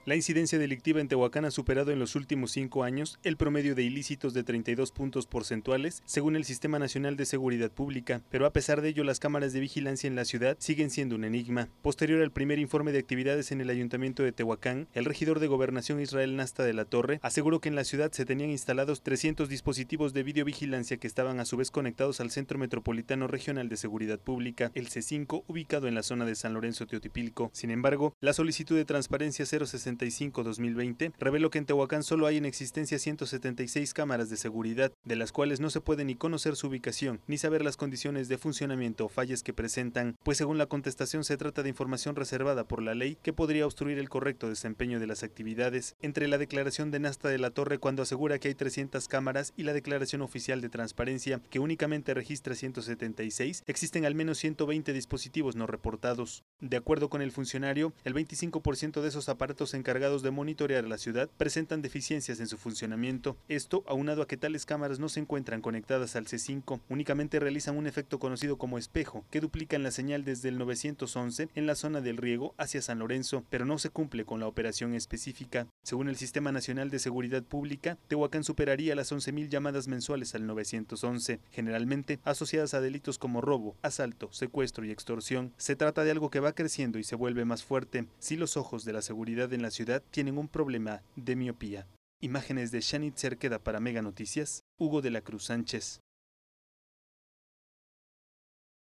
La incidencia delictiva en Tehuacán ha superado en los últimos 5 años el promedio de ilícitos de 32 puntos porcentuales, según el Sistema Nacional de Seguridad Pública, pero a pesar de ello las cámaras de vigilancia en la ciudad siguen siendo un enigma. Posterior al primer informe de actividades en el Ayuntamiento de Tehuacán, el regidor de Gobernación Israel Nasta de la Torre aseguró que en la ciudad se tenían instalados 300 dispositivos de videovigilancia que estaban a su vez conectados al Centro Metropolitano Regional de Seguridad Pública, el C5, ubicado en la zona de San Lorenzo Teotipilco. Sin embargo, la solicitud de transparencia 065-2020 reveló que en Tehuacán solo hay en existencia 176 cámaras de seguridad, de las cuales no se puede ni conocer su ubicación, ni saber las condiciones de funcionamiento o fallas que presentan, pues según la contestación se trata de información reservada por la ley que podría obstruir el correcto desempeño de las actividades. Entre la declaración de Nasta de la Torre cuando asegura que hay 300 cámaras y la declaración oficial de transparencia que únicamente registra 176, existen al menos 120 dispositivos no reportados. De acuerdo con el funcionario, el 25% de esos aparatos encargados de monitorear la ciudad presentan deficiencias en su funcionamiento. Esto, aunado a que tales cámaras no se encuentran conectadas al C5, únicamente realizan un efecto conocido como espejo, que duplican la señal desde el 911 en la zona del Riego hacia San Lorenzo, pero no se cumple con la operación específica. Según el Sistema Nacional de Seguridad Pública, Tehuacán superaría las 11,000 llamadas mensuales al 911, generalmente asociadas a delitos como robo, asalto, secuestro y extorsión. Se trata de algo que va creciendo y se vuelve más fuerte si los ojos de la seguridad en la ciudad tienen un problema de miopía. Imágenes de Shanit Cerqueda para Mega Noticias, Hugo de la Cruz Sánchez.